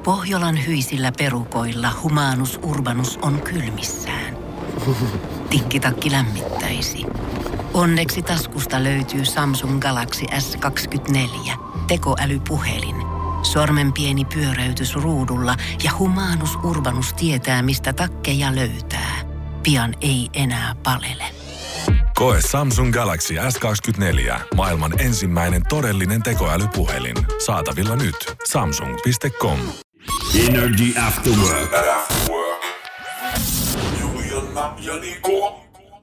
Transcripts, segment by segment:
Pohjolan hyisillä perukoilla Humanus Urbanus on kylmissään. Tikkitakki lämmittäisi. Onneksi taskusta löytyy Samsung Galaxy S24, tekoälypuhelin. Sormen pieni pyöräytys ruudulla ja Humanus Urbanus tietää, mistä takkeja löytää. Pian ei enää palele. Koe Samsung Galaxy S24. Maailman ensimmäinen todellinen tekoälypuhelin. Saatavilla nyt. Samsung.com. Energy After Work. Juliana ja Niko.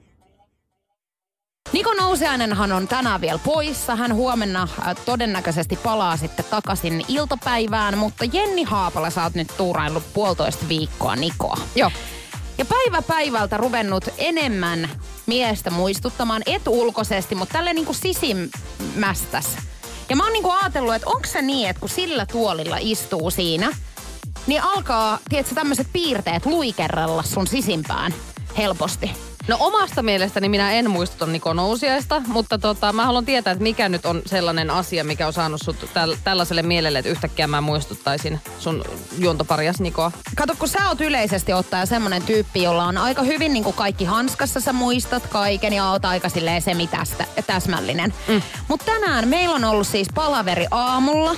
Niko Nousiainenhan on tänään vielä poissa. Hän huomenna todennäköisesti palaa sitten takaisin iltapäivään, mutta Jenni Haapala, sä oot nyt tuuraillut 1,5 viikkoa Nikoa. Joo. Ja päivä päivältä ruvennut enemmän miestä muistuttamaan, et ulkoisesti, mutta tälleen niinku sisimmästäs. Ja mä oon niinku ajatellut, että onko se niin, että kun sillä tuolilla istuu siinä, niin alkaa, tiedätkö, tämmöiset piirteet luikerrella sun sisimpään helposti. No omasta mielestäni minä en muistuta Niko Nousiaista, mutta mä haluan tietää, että mikä nyt on sellainen asia, mikä on saanut sut tällaiselle mielelle, että yhtäkkiä mä muistuttaisin sun juontoparias Nikoa. Kato, kun sä oot yleisesti ottaja semmonen tyyppi, jolla on aika hyvin niin kuin kaikki hanskassa, sä muistat kaiken ja oot aika silleen täsmällinen. Mutta tänään meillä on ollut siis palaveri aamulla.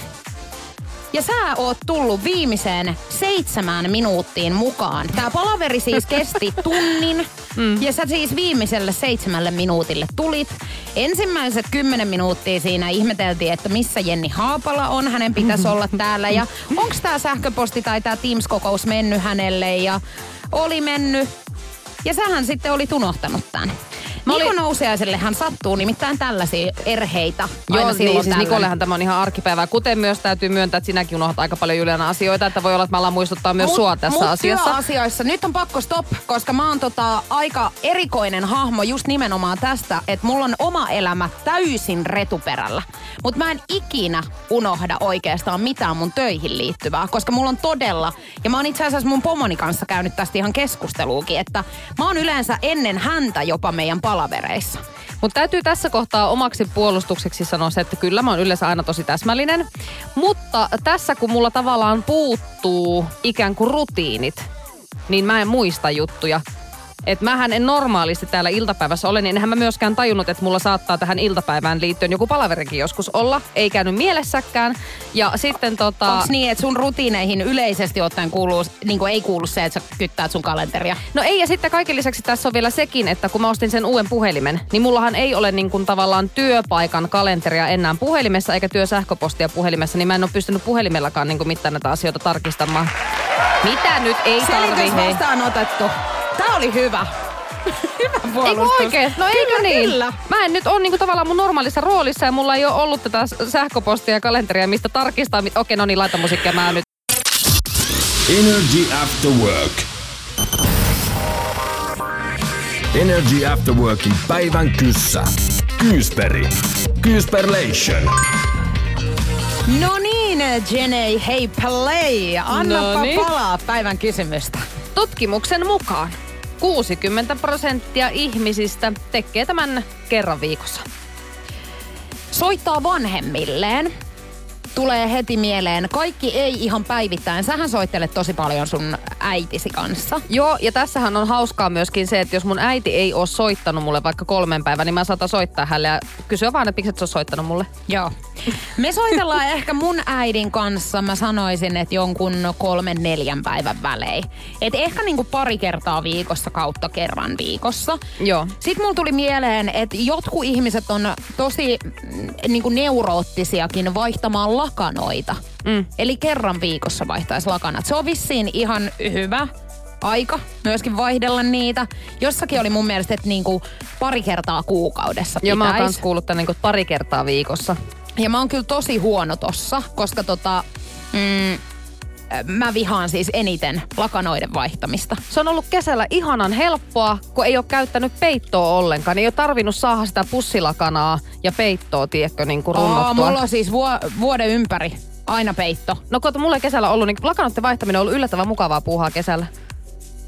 Ja sä oot tullut viimeiseen 7 minuuttiin mukaan. Tää palaveri siis kesti tunnin. Ja sä siis viimeiselle 7 minuutille tulit. Ensimmäiset 10 minuuttia siinä ihmeteltiin, että missä Jenni Haapala on. Hänen pitäisi olla täällä. Ja onks tää sähköposti tai tää Teams-kokous mennyt hänelle? Ja oli mennyt. Ja sähän sitten olit unohtanut tän. Niko Nousiaiselle hän sattuu nimittäin tällaisia erheitä. Joo, niin siis Nikollehan tämä on ihan arkipäivää. Kuten myös täytyy myöntää, että sinäkin unohdat aika paljon Juliana asioita, että voi olla, että mä alan muistuttaa myös sua tässä asiassa. Työasioissa. Nyt on pakko stop, koska mä oon aika erikoinen hahmo just nimenomaan tästä, että mulla on oma elämä täysin retuperällä. Mutta mä en ikinä unohda oikeastaan mitään mun töihin liittyvää, koska mulla on todella, ja mä oon itse asiassa mun pomoni kanssa käynyt tästä ihan keskusteluukin, että mä oon yleensä ennen häntä jopa meidän palavereissa. Mutta täytyy tässä kohtaa omaksi puolustukseksi sanoa se, että kyllä mä oon yleensä aina tosi täsmällinen. Mutta tässä kun mulla tavallaan puuttuu ikään kuin rutiinit, niin mä en muista juttuja. Että mähän en normaalisti täällä iltapäivässä ole, niin enhän mä myöskään tajunnut, että mulla saattaa tähän iltapäivään liittyen joku palaverikin joskus olla. Ei käynyt mielessäkään. Ja sitten Onks niin, että sun rutiineihin yleisesti ottaen kuuluu, niin kuin ei kuulu se, että sä kyttäät sun kalenteria? No ei, ja sitten kaiken lisäksi tässä on vielä sekin, että kun mä ostin sen uuden puhelimen, niin mullahan ei ole niin kuin tavallaan työpaikan kalenteria enää puhelimessa, eikä työsähköpostia puhelimessa, niin mä en ole pystynyt puhelimellakaan niin kuin mitään näitä asioita tarkistamaan. Mitä nyt ei tarvi? Selitys vastaanotettu. Tää oli hyvä. Hyvä puolustus. Eikö oikein? No eikö niin? Kyllä. Mä en nyt ole niinku tavallaan mun normaalissa roolissa ja mulla ei ole ollut tätä sähköpostia ja kalenteria, mistä tarkistaa. Okei, no niin, laita musiikkia mä nyt. Energy After Work. Energy After Workin päivän kyssä. Kyysperi. Kyysperlation. No niin, Jenei, hei play. Annapa palaa päivän kysymystä. Tutkimuksen mukaan 60% ihmisistä tekee tämän kerran viikossa. Soittaa vanhemmilleen. Tulee heti mieleen. Kaikki ei ihan päivittäin. Sähän soittelet tosi paljon sun äitisi kanssa. Joo, ja tässähän on hauskaa myöskin se, että jos mun äiti ei ole soittanut mulle vaikka 3 päivää, niin mä saatan soittaa hänelle ja kysyä vaan, että miksi et sä ole soittanut mulle. Joo. Me soitellaan ehkä mun äidin kanssa, mä sanoisin, että jonkun 3-4 päivän välein. Et ehkä niinku pari kertaa viikossa kautta kerran viikossa. Joo. Sitten mulla tuli mieleen, että jotkut ihmiset on tosi niinku neuroottisiakin vaihtamaan lakanoita. Eli kerran viikossa vaihtaisi lakanat. Se on vissiin ihan hyvä aika myöskin vaihdella niitä. Jossakin oli mun mielestä, että niinku pari kertaa kuukaudessa pitäisi. Joo, mä oon kans kuullut tämän niinku pari kertaa viikossa. Ja mä oon kyllä tosi huono tossa, koska mä vihaan siis eniten lakanoiden vaihtamista. Se on ollut kesällä ihanan helppoa, kun ei ole käyttänyt peittoa ollenkaan. Ei ole tarvinnut saada sitä pussilakanaa ja peittoa, tiedätkö, niin kuin runnottua. Mulla on siis vuoden ympäri aina peitto. No kun mulla ei kesällä ollut, niin lakanoiden vaihtaminen on ollut yllättävän mukavaa puuhaa kesällä.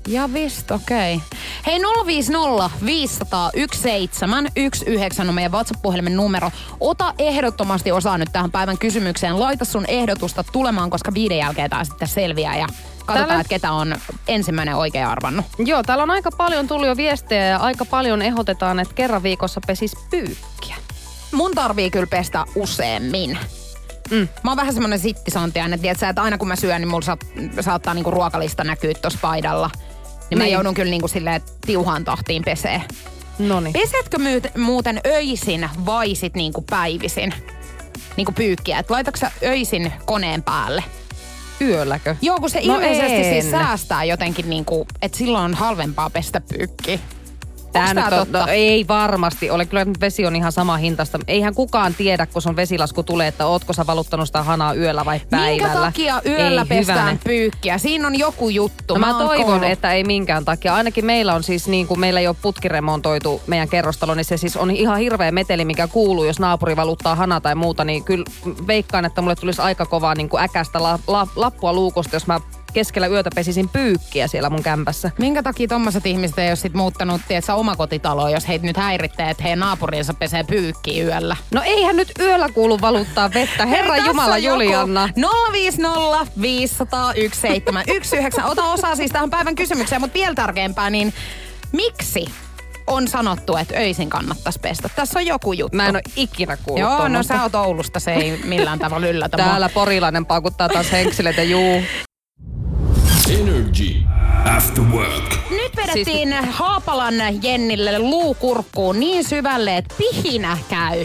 Ja vist, okei. Okay. Hei 050 500 1719 on meidän WhatsApp-puhelimen numero. Ota ehdottomasti osaa nyt tähän päivän kysymykseen. Laita sun ehdotusta tulemaan, koska 5 jälkeen tää sitten selviää ja katsotaan, että ketä on ensimmäinen oikein arvannut. Joo, täällä on aika paljon tullut jo viestejä ja aika paljon ehdotetaan, että kerran viikossa pesis pyykkiä. Mun tarvii kyllä pestä useammin. Mä oon vähän semmonen sittisontiainen, että aina kun mä syön, niin mulla saattaa niinku ruokalista näkyä tossa paidalla. Niin mä joudun kyllä niinku silleen tiuhaan tahtiin pesee. Noniin. Pesetkö muuten öisin vai sit niinku päivisin? Niinku pyykkiä, että laitatko sä öisin koneen päälle? Yölläkö? Joo, kun se ilmeisesti siis säästää jotenkin niinku, että silloin on halvempaa pestä pyykkiä. Tää nyt totta? Ei varmasti ole. Kyllä vesi on ihan sama hintasta. Eihän kukaan tiedä, kun sun vesilasku tulee, että ootko sä valuttanut sitä hanaa yöllä vai päivällä. Minkä takia yöllä pestään pyykkiä? Siinä on joku juttu. No mä toivon, että ei minkään takia. Ainakin meillä on siis niin kuin meillä ei ole putkiremontoitu meidän kerrostalo, niin se siis on ihan hirveä meteli, mikä kuuluu, jos naapuri valuttaa hanaa tai muuta. Niin kyllä veikkaan, että mulle tulisi aika kovaa niin kuin äkästä lappua luukusta, jos mä keskellä yötä pesisin pyykkiä siellä mun kämpässä. Minkä takia tommoset ihmiset ei ole sit muuttanut, tietsä, omakotitaloon, jos heitä nyt häiritsee, että heidän naapurinsa pesee pyykkiä yöllä? No eihän nyt yöllä kuulu valuttaa vettä. Herran Jumala, Julianna. 050 500 1719. Ota osaa siis tähän päivän kysymykseen, mutta vielä tärkeämpää, niin miksi on sanottu, että öisin kannattaisi pestä? Tässä on joku juttu. Mä en ole ikinä kuullut Joo, tuommoista. No sä oot Oulusta, se ei millään tavalla yllätä. Täällä porilainen paukuttaa taas henkseleitä, juu. Energy After Work. Nyt vedettiin Haapalan Jennille luukurkkuun niin syvälle, että pihinä käy.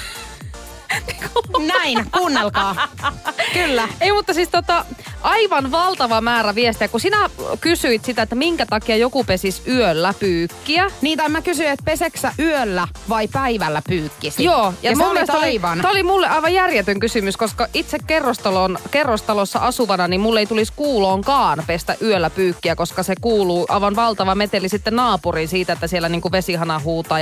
Näin, kuunnelkaa. Kyllä. Ei, mutta siis aivan valtava määrä viestejä, kun sinä kysyit sitä, että minkä takia joku pesisi yöllä pyykkiä. Niin, tai mä kysyin, että peseksä yöllä vai päivällä pyykkisi? Joo, ja se oli aivan. Tämä oli mulle aivan järjetön kysymys, koska itse kerrostalossa asuvana, niin mulle ei tulisi kuuloonkaan pestä yöllä pyykkiä, koska se kuuluu aivan valtava meteli sitten naapuriin siitä, että siellä niinku vesihana huutaa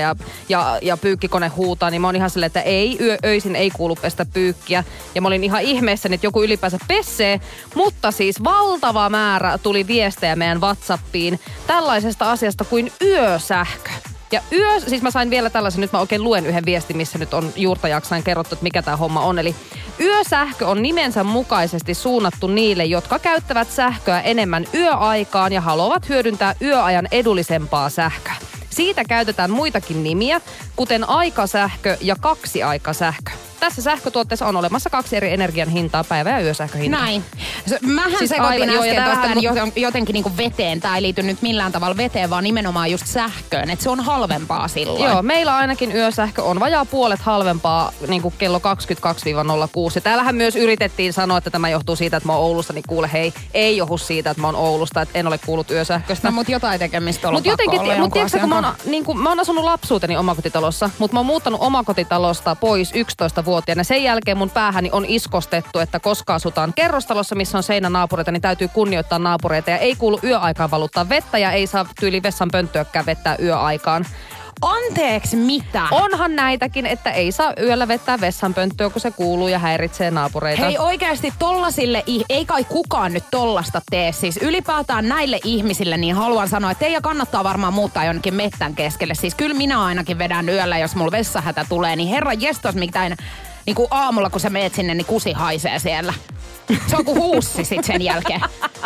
ja pyykkikone huutaa, niin mä oon ihan silleen, että öisin ei kuulu pestä pyykkiä. Ja mä olin ihan ihmeessäni, että joku ylipäänsä pesee, mutta siis valtava määrä tuli viestejä meidän WhatsAppiin tällaisesta asiasta kuin yösähkö. Ja siis mä sain vielä tällaisen, nyt mä oikein luen yhden viestin, missä nyt on juurta jaksain kerrottu, että mikä tää homma on. Eli yösähkö on nimensä mukaisesti suunnattu niille, jotka käyttävät sähköä enemmän yöaikaan ja haluavat hyödyntää yöajan edullisempaa sähköä. Siitä käytetään muitakin nimiä, kuten aikasähkö ja kaksiaikasähkö. Tässä sähkötuotteessa on olemassa 2 eri energian hintaa, päivä- ja yösähköhintaa. Näin. Mähän siis sekoitin äsken jotenkin niinku veteen. Tää ei liity nyt millään tavalla veteen, vaan nimenomaan just sähköön. Että se on halvempaa silloin. Joo, meillä ainakin yösähkö on vajaa puolet halvempaa niinku kello 22-06. Ja täällähän myös yritettiin sanoa, että tämä johtuu siitä, että mä oon Oulusta, niin kuule hei, ei johdu siitä, että mä oon Oulusta, että en ole kuullut yösähköstä. No mut jotain tekemistä on pakko olla jonkun asian. Mä oon asunut lapsuuteni omakotitalossa, mutta mä oon muuttanut omakotitalosta pois 11-vuotiaana. Sen jälkeen mun päähäni on iskostettu, että koska asutaan kerrostalossa, missä on seinänaapureita, niin täytyy kunnioittaa naapureita. Ja ei kuulu yöaikaan valuttaa vettä ja ei saa tyyli vessanpönttöäkään vettää yöaikaan. Anteeksi, mitä? Onhan näitäkin, että ei saa yöllä vettää vessanpönttöä, kun se kuuluu ja häiritsee naapureita. Hei oikeasti tollasille, ei kai kukaan nyt tollasta tee. Siis ylipäätään näille ihmisille niin haluan sanoa, että teidän kannattaa varmaan muuttaa jonnekin mettän keskelle. Siis kyllä minä ainakin vedän yöllä, jos mulla vessahätä tulee, niin herran jestos mitään niin kuin aamulla kun sä meet sinne, niin kusi haisee siellä. Se on kuin huussi sit sen jälkeen.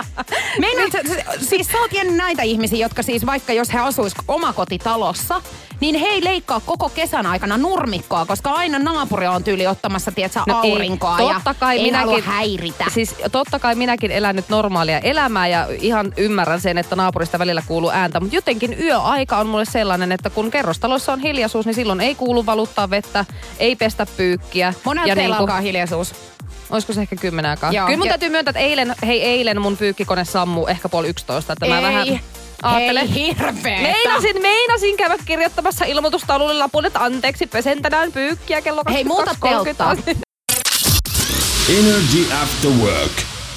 Siis sä oot jännyt näitä ihmisiä, jotka siis vaikka jos he asuis omakotitalossa, niin he ei leikkaa koko kesän aikana nurmikkoa, koska aina naapuri on tyyli ottamassa, tietsä, aurinkoa ja ei halua häiritä. Siis totta kai minäkin elän nyt normaalia elämää ja ihan ymmärrän sen, että naapurista välillä kuuluu ääntä, mutta jotenkin yöaika on mulle sellainen, että kun kerrostalossa on hiljaisuus, niin silloin ei kuulu valuttaa vettä, ei pestä pyykkiä. Monelta teillä alkaa hiljaisuus. Olisiko se ehkä 10 aikaa? Joo. Kyllä mun täytyy myöntää, että eilen mun pyykkikone sammuu ehkä 10:30, että mä vähän aattelen. Ei hirveetä. Meinasin käydä kirjoittamassa ilmoitustaululle lapun, että anteeksi, pesen tänään pyykkiä kello 22:30. Hei, muuta teltta. Energy After Work.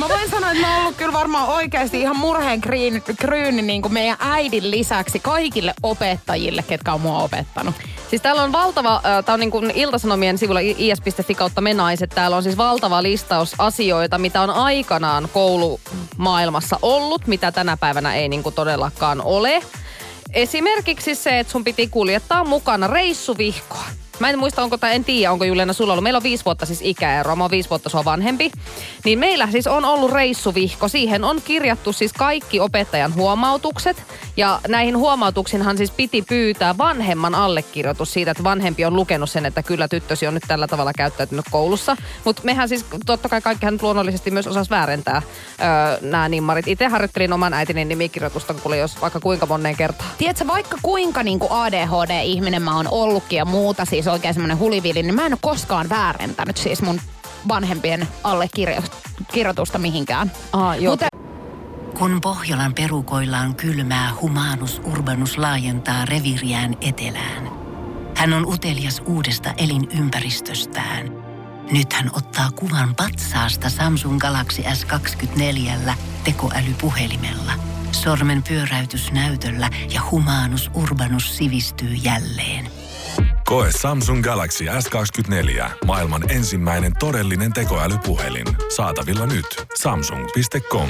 Mä voin sanoa, että mä oon ollut kyllä varmaan oikeasti ihan murheen kryyni niin kuin meidän äidin lisäksi kaikille opettajille, ketkä on mua opettanut. Siis täällä on valtava, tää on niin kuin Ilta-Sanomien sivulla is.fi kautta me naiset. Täällä on siis valtava listaus asioita, mitä on aikanaan koulumaailmassa ollut, mitä tänä päivänä ei niin kuin todellakaan ole. Esimerkiksi se, että sun piti kuljettaa mukana reissuvihkoa. Mä en muista, en tiedä, onko Juliana sulla ollut. Meillä on 5 vuotta siis ikäeroa, mä oon 5 vuotta sua vanhempi. Niin meillä siis on ollut reissuvihko. Siihen on kirjattu siis kaikki opettajan huomautukset. Ja näihin huomautuksinhan siis piti pyytää vanhemman allekirjoitus siitä, että vanhempi on lukenut sen, että kyllä tyttösi on nyt tällä tavalla käyttäytynyt koulussa. Mutta mehän siis, totta kai kaikkihan luonnollisesti myös osasi väärentää nämä nimmarit. Itse harjoittelin oman äitini nimikirjoitusta, kuule jos vaikka kuinka moneen kertaan. Tiedätkö, vaikka kuinka niin kuin ADHD-ihminen mä oon ollutkin ja muuta, siis oikein semmoinen hulivili, niin mä en ole koskaan väärentänyt siis mun vanhempien allekirjoitusta mihinkään. Mutta kun Pohjolan perukoillaan kylmää, Humanus Urbanus laajentaa reviiriään etelään. Hän on utelias uudesta elinympäristöstään. Nyt hän ottaa kuvan patsaasta Samsung Galaxy S24 tekoälypuhelimella. Sormen pyöräytys näytöllä ja Humanus Urbanus sivistyy jälleen. Koe Samsung Galaxy S24. Maailman ensimmäinen todellinen tekoälypuhelin. Saatavilla nyt. Samsung.com.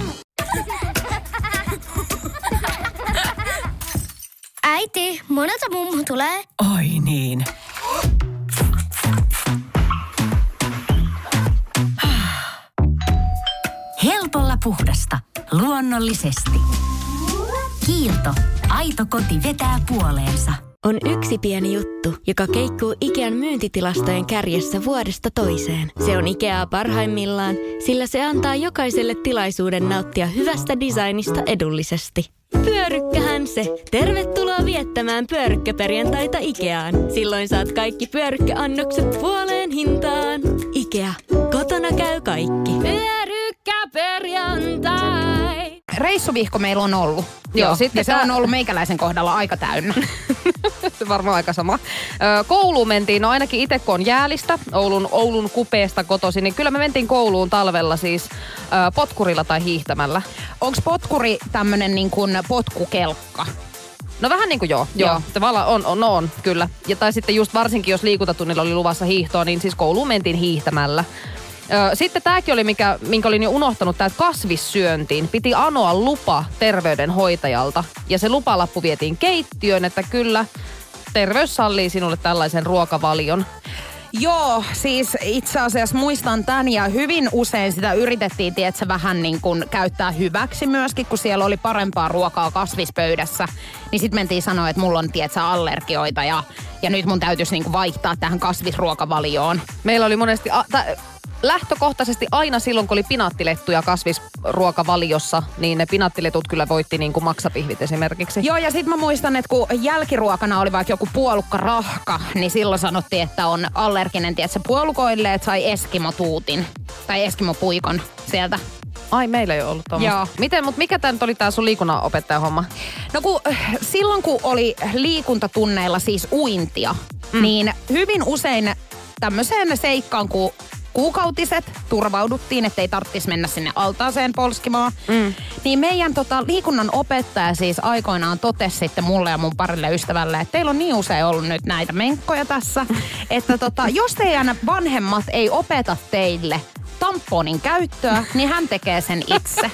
Äiti, monelta mummu tulee? Oi niin. Helpolla puhdasta. Luonnollisesti. Kiilto. Aito koti vetää puoleensa. On yksi pieni juttu, joka keikkuu Ikean myyntitilastojen kärjessä vuodesta toiseen. Se on Ikeaa parhaimmillaan, sillä se antaa jokaiselle tilaisuuden nauttia hyvästä designista edullisesti. Pyörykkähän se! Tervetuloa viettämään pyörykkäperjantaita Ikeaan. Silloin saat kaikki pyörykkäannokset puoleen hintaan. Ikea. Kotona käy kaikki. Pyörykkäperjantai! Reissuvihko meillä on ollut. Joo, sitten se on ollut meikäläisen kohdalla aika täynnä. Varmaan aika sama. Kouluun mentiin, no ainakin itse kun on Jäälistä, Oulun kupeesta kotoisin, niin kyllä me mentiin kouluun talvella siis potkurilla tai hiihtämällä. Onko potkuri tämmönen niin kuin potkukelkka? No vähän niin kuin joo. Tavallaan on, kyllä. Ja tai sitten just varsinkin, jos liikuntatunnilla oli luvassa hiihtoa, niin siis kouluun mentiin hiihtämällä. Sitten tämäkin oli, minkä olin jo unohtanut, että kasvissyöntiin piti anoa lupa terveydenhoitajalta. Ja se lupalappu vietiin keittiöön, että kyllä terveys sallii sinulle tällaisen ruokavalion. Joo, siis itse asiassa muistan tämän ja hyvin usein sitä yritettiin, tietsä, vähän niin kuin käyttää hyväksi myöskin, kun siellä oli parempaa ruokaa kasvispöydässä. Niin sit mentiin sanoa, että mulla on, tietsä, allergioita ja nyt mun täytyisi niin kuin vaihtaa tähän kasvisruokavalioon. Meillä oli monesti lähtökohtaisesti aina silloin, kun oli pinaattilettuja kasvisruokavaliossa, niin ne pinaattiletut kyllä voitti niin kuin maksapihvit esimerkiksi. Joo, ja sit mä muistan, että kun jälkiruokana oli vaikka joku puolukkarahka, niin silloin sanottiin, että on allerginen, tietsä, puolukoille, että sai eskimotuutin tai eskimopuikon sieltä. Ai, meillä ei ole ollut tuommoista. Joo. Mutta mikä tää nyt oli tää sun liikunnanopettajan homma? No silloin kun oli liikuntatunneilla siis uintia, niin hyvin usein tämmöiseen seikkaan, kun kuukautiset turvauduttiin, ettei tarvitsisi mennä sinne altaaseen polskimaan. Niin meidän liikunnan opettaja siis aikoinaan totesi sitten mulle ja mun parille ystävälle, että teillä on niin usein ollut nyt näitä menkkoja tässä, että jos teidän vanhemmat ei opeta teille tamponin käyttöä, niin hän tekee sen itse.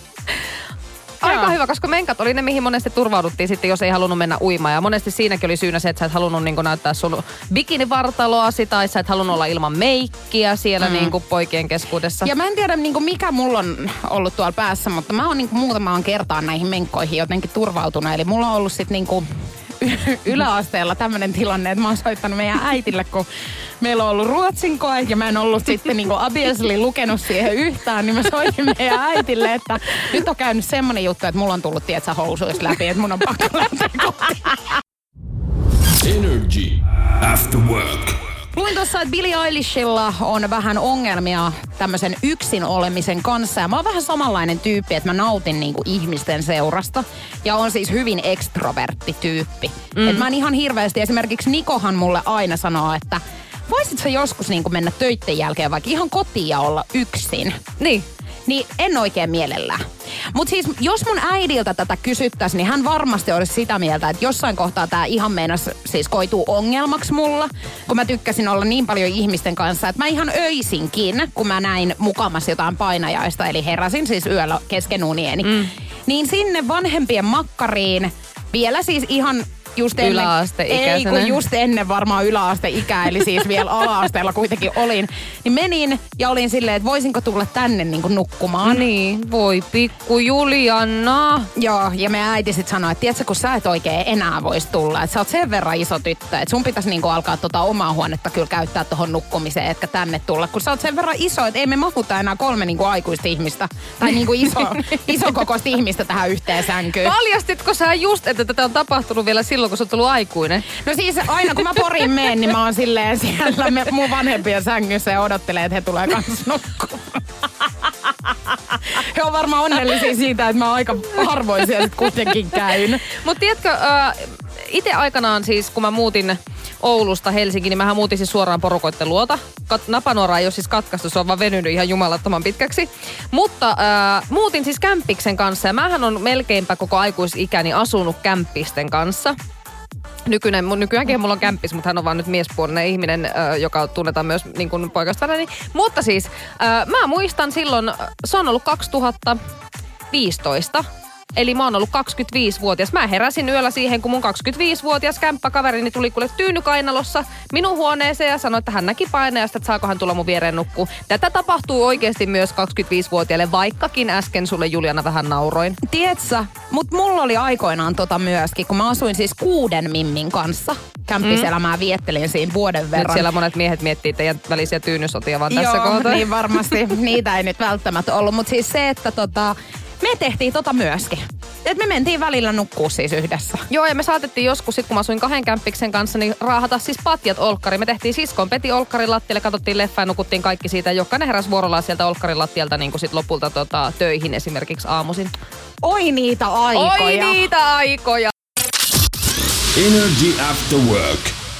Aika hyvä, koska menkat oli ne, mihin monesti turvauduttiin sitten, jos ei halunnut mennä uimaan. Ja monesti siinäkin oli syynä se, että sä et halunnut niin kuin näyttää sun bikinivartaloasi tai sä et halunnut olla ilman meikkiä siellä niin kuin poikien keskuudessa. Ja mä en tiedä niin kuin mikä mulla on ollut tuolla päässä, mutta mä oon niin kuin muutamaan kertaan näihin menkkoihin jotenkin turvautunut. Eli mulla on ollut sitten niin kuin yläasteella tämmöinen tilanne, että mä oon soittanut meidän äitille, kun meillä on ollut ruotsin koe ja mä en ollut sitten niin kuin obviously lukenut siihen yhtään, niin mä soitin meidän äitille, että nyt on käynyt semmoinen juttu, että mulla on tullut, tietsä, housuista läpi, että mun on pakko lähteä kotiin. Energy After Work. Luin tuossa, että Billie Eilishilla on vähän ongelmia tämmöisen yksin olemisen kanssa. Ja mä oon vähän samanlainen tyyppi, että mä nautin niinku ihmisten seurasta. Ja on siis hyvin ekstrovertti tyyppi. Et mä en ihan hirveästi, esimerkiksi Nikohan mulle aina sanoo, että voisit sä joskus niinku mennä töitten jälkeen vaikka ihan kotiin ja olla yksin. Niin. Niin en oikein mielellään. Mut siis jos mun äidiltä tätä kysyttäisiin, niin hän varmasti olisi sitä mieltä, että jossain kohtaa tää ihan meinas siis koituu ongelmaksi mulla. Kun mä tykkäsin olla niin paljon ihmisten kanssa, että mä ihan öisinkin, kun mä näin mukamassa jotain painajaista, eli heräsin siis yöllä kesken unieni, niin sinne vanhempien makkariin vielä siis ihan just ennen, yläasteikäisenä. Ei, kun just ennen varmaan yläasteikää, eli siis vielä ala-asteella kuitenkin olin. Niin menin ja olin silleen, että voisinko tulla tänne niin kuin nukkumaan. Niin, voi pikku Julianna. Joo, ja me äiti sit sanoi, että tiedätkö, kun sä et oikein enää vois tulla. Että sä oot sen verran iso tyttö, että sun pitäisi niin kuin alkaa omaa huonetta kyllä käyttää tohon nukkumiseen, etkä tänne tulla. Kun sä oot sen verran iso, että ei me mahuta enää 3 niin kuin aikuista ihmistä. Tai niin kuin iso kokoista ihmistä tähän yhteen sänkyyn. Paljastitko sä just, että tätä on tapahtunut vielä silloin, kun sä oot tullut aikuinen? No siis aina kun mä Poriin menen, niin mä oon silleen siellä mun vanhempien sängyssä ja odottelee, että he tulee kanssa nukkumaan. He on varmaan onnellisia siitä, että mä aika harvoin siellä sit kuitenkin käyn. Mut tiedätkö, itse aikanaan siis, kun mä muutin Oulusta Helsinkiin, niin mähän muutin siis suoraan porukoitten luota. Napanuora ei ole siis katkaistu, se on vaan venynyt ihan jumalattoman pitkäksi. Mutta muutin siis kämppiksen kanssa ja mähän on melkeinpä koko aikuisikäni asunut kämppisten kanssa. Nykyäänkin mulla on kämppis, mutta hän on vaan nyt miespuolinen ihminen, joka tunnetaan myös niin kuin poikaystävänäni. Mutta siis mä muistan silloin, se on ollut 2015. Eli mä oon ollut 25-vuotias. Mä heräsin yöllä siihen, kun mun 25-vuotias kämppäkaverini tuli kuule tyynykainalossa minun huoneeseen ja sanoi, että hän näki painajasta, että saako hän tulla mun viereen nukkuu. Tätä tapahtuu oikeasti myös 25-vuotiaille, vaikkakin äsken sulle Juliana vähän nauroin. Tietsä, mut mulla oli aikoinaan myöskin, kun mä asuin siis 6 mimmin kanssa. Kämppiselämää viettelin siinä vuoden verran. Nyt siellä monet miehet miettii teidän välisiä tyynysotia vaan tässä kohtaa. Niin varmasti. Niitä ei nyt välttämättä ollut. Mutta siis se, että me tehtiin myöskin. Et me mentiin välillä nukkuu siis yhdessä. Joo, ja me saatettiin joskus, kun mä asuin 2 kämppiksen kanssa, niin raahata siis patjat olkkari. Me tehtiin siskon Peti olkkarin lattialle, katsottiin leffaa ja nukuttiin kaikki siitä. Jokainen heräsi vuorollaan sieltä olkkarin lattialta niin kuin sit lopulta töihin esimerkiksi aamuisin. Oi niitä aikoja. Oi niitä aikoja. Energy After Work.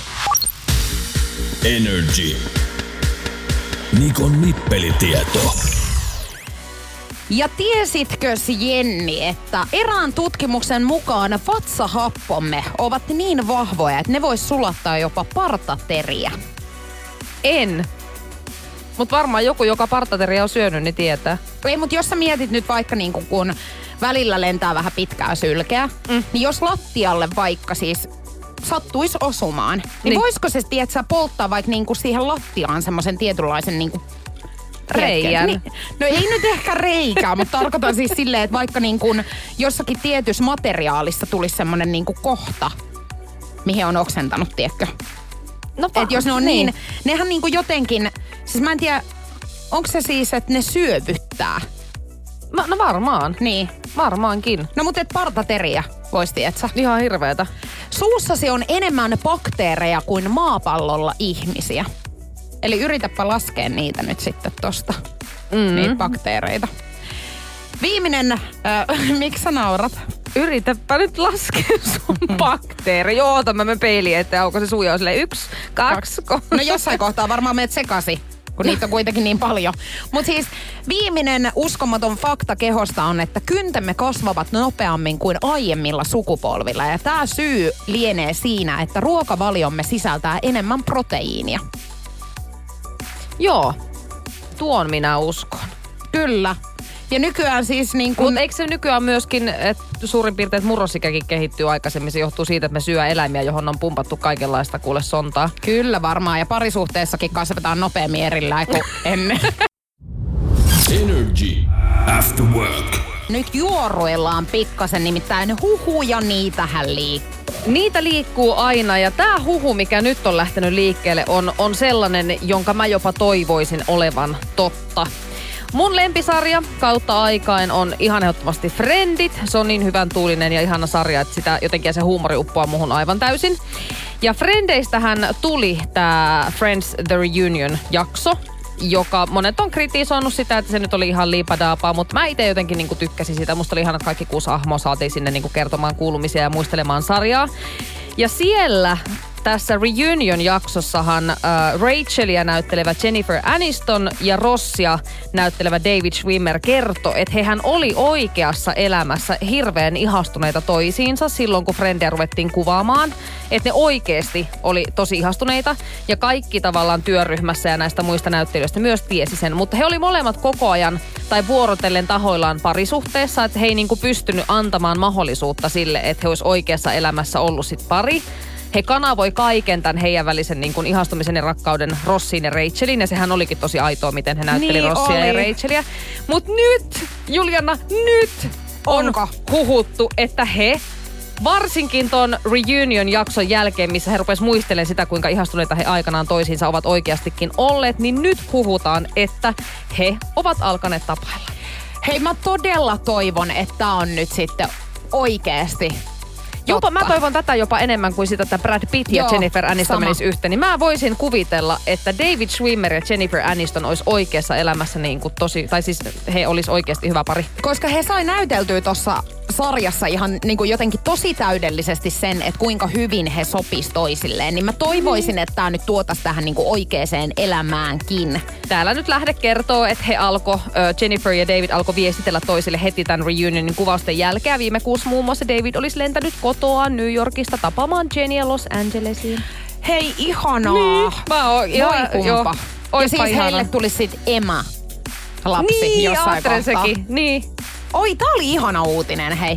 Energy. Nikon nippelitieto. Ja tiesitkös Jenni, että erään tutkimuksen mukaan vatsahappomme ovat niin vahvoja, että ne vois sulattaa jopa partateriä? En. Mut varmaan joku, joka partateriä on syönyt, niin tietää. Ei, mut jos sä mietit nyt vaikka niinku kun välillä lentää vähän pitkää sylkeä, niin jos lattialle vaikka siis sattuisi osumaan, niin voisiko se, tietsä, polttaa vaikka niinku siihen lattiaan semmoisen tietynlaisen niinku reijän. Niin, no ei nyt ehkä reikää, mutta tarkoitan siis silleen, että vaikka niin kuin jossakin tietyssä materiaalissa tulisi semmoinen niin kuin kohta, mihin on oksentanut, tiedätkö? No että jos ne on niin, nehän niin kuin jotenkin, siis mä en tiedä, onko se siis, että ne syövyttää? No varmaan. Niin. Varmaankin. No mutta et partateriä vois, tietsä? Ihan hirveetä. Suussasi on enemmän bakteereja kuin maapallolla ihmisiä. Eli yritäpä laskea niitä nyt sitten tosta, niitä bakteereita. Viimeinen, miksi sä naurat? Yritäpä nyt laskea sun bakteeri. Joo, otamme me peiliin, että onko se suja on silleen 1, 2, 3. No jossain kohtaa varmaan meet sekasi, kun niitä on kuitenkin niin paljon. Mutta siis viimeinen uskomaton fakta kehosta on, että kyntemme kasvavat nopeammin kuin aiemmilla sukupolvilla. Ja tää syy lienee siinä, että ruokavaliomme sisältää enemmän proteiinia. Joo, tuon minä uskon. Kyllä. Ja nykyään siis niin kuin... Mutta eikö se nykyään myöskin, että suurin piirtein murrosikäkin kehittyy aikaisemmin? Se johtuu siitä, että me syö eläimiä, johon on pumpattu kaikenlaista kuule sontaa. Kyllä varmaan, ja parisuhteessakin kasvetaan nopeammin erillään kuin ennen. Energy After Work. Nyt juoruillaan pikkasen, nimittäin huhuja, niitähän liikkuu. Niitä liikkuu aina, ja tää huhu, mikä nyt on lähtenyt liikkeelle, on sellainen, jonka mä jopa toivoisin olevan totta. Mun lempisarja kautta aikain on ihan ehdottomasti Friendit. Se on niin hyvän tuulinen ja ihana sarja, että sitä jotenkin se huumori uppoaa muhun aivan täysin. Ja Frendeistähän tuli tää Friends The Reunion-jakso, joka monet on kritisoinut sitä, että se nyt oli ihan liipadaapaa, mutta mä itse jotenkin niinku tykkäsin sitä. Musta oli ihana, että kaikki 6 hahmoa saatiin sinne niinku kertomaan kuulumisia ja muistelemaan sarjaa. Ja siellä tässä Reunion-jaksossahan Rachelia näyttelevä Jennifer Aniston ja Rossia näyttelevä David Schwimmer kertoi, että hehän oli oikeassa elämässä hirveän ihastuneita toisiinsa silloin, kun Friendia ruvettiin kuvaamaan. Että ne oikeasti oli tosi ihastuneita ja kaikki tavallaan työryhmässä ja näistä muista näyttelijöistä myös tiesi sen. Mutta he oli molemmat koko ajan tai vuorotellen tahoillaan parisuhteessa, että he ei niinku pystynyt antamaan mahdollisuutta sille, että he olisi oikeassa elämässä ollut sit pari. He kanavoi kaiken tämän heidän välisen niin kuin ihastumisen ja rakkauden Rossiin ja Racheliin. Ja sehän olikin tosi aitoa, miten he näytteli niin Rossia ja Rachelia. Mutta nyt, Juliana, on huhuttu, että he, varsinkin ton Reunion-jakson jälkeen, missä he rupes muistelemaan sitä, kuinka ihastuneita he aikanaan toisiinsa ovat oikeastikin olleet, niin nyt huhutaan, että he ovat alkaneet tapailla. Hei, mä todella toivon, että tää on nyt sitten oikeesti Jopa mä toivon tätä jopa enemmän kuin sitä, että Brad Pitt ja Jennifer Aniston menis yhteen. Niin mä voisin kuvitella, että David Schwimmer ja Jennifer Aniston olisi oikeassa elämässä niin kuin tosi, tai siis he olisi oikeasti hyvä pari. Koska he sai näyteltyä tuossa sarjassa ihan niin kuin jotenkin tosi täydellisesti sen, että kuinka hyvin he sopis toisilleen. Niin mä toivoisin, että tää nyt tuotaisi tähän niin kuin oikeeseen elämäänkin. Täällä nyt lähde kertoo, että he Jennifer ja David alkoi viestitellä toisille heti tämän reunionin kuvausten jälkeen. Viime kuussa muun muassa David olisi lentänyt kotoaan New Yorkista tapaamaan Jenniä Los Angelesiin. Hei, ihanaa! Niin, voi kumpa. Ja siis ihana. Heille tulisi sit Emma-lapsi niin, jossain kohtaa. Sekin. Niin. Oi, tää oli ihana uutinen, hei.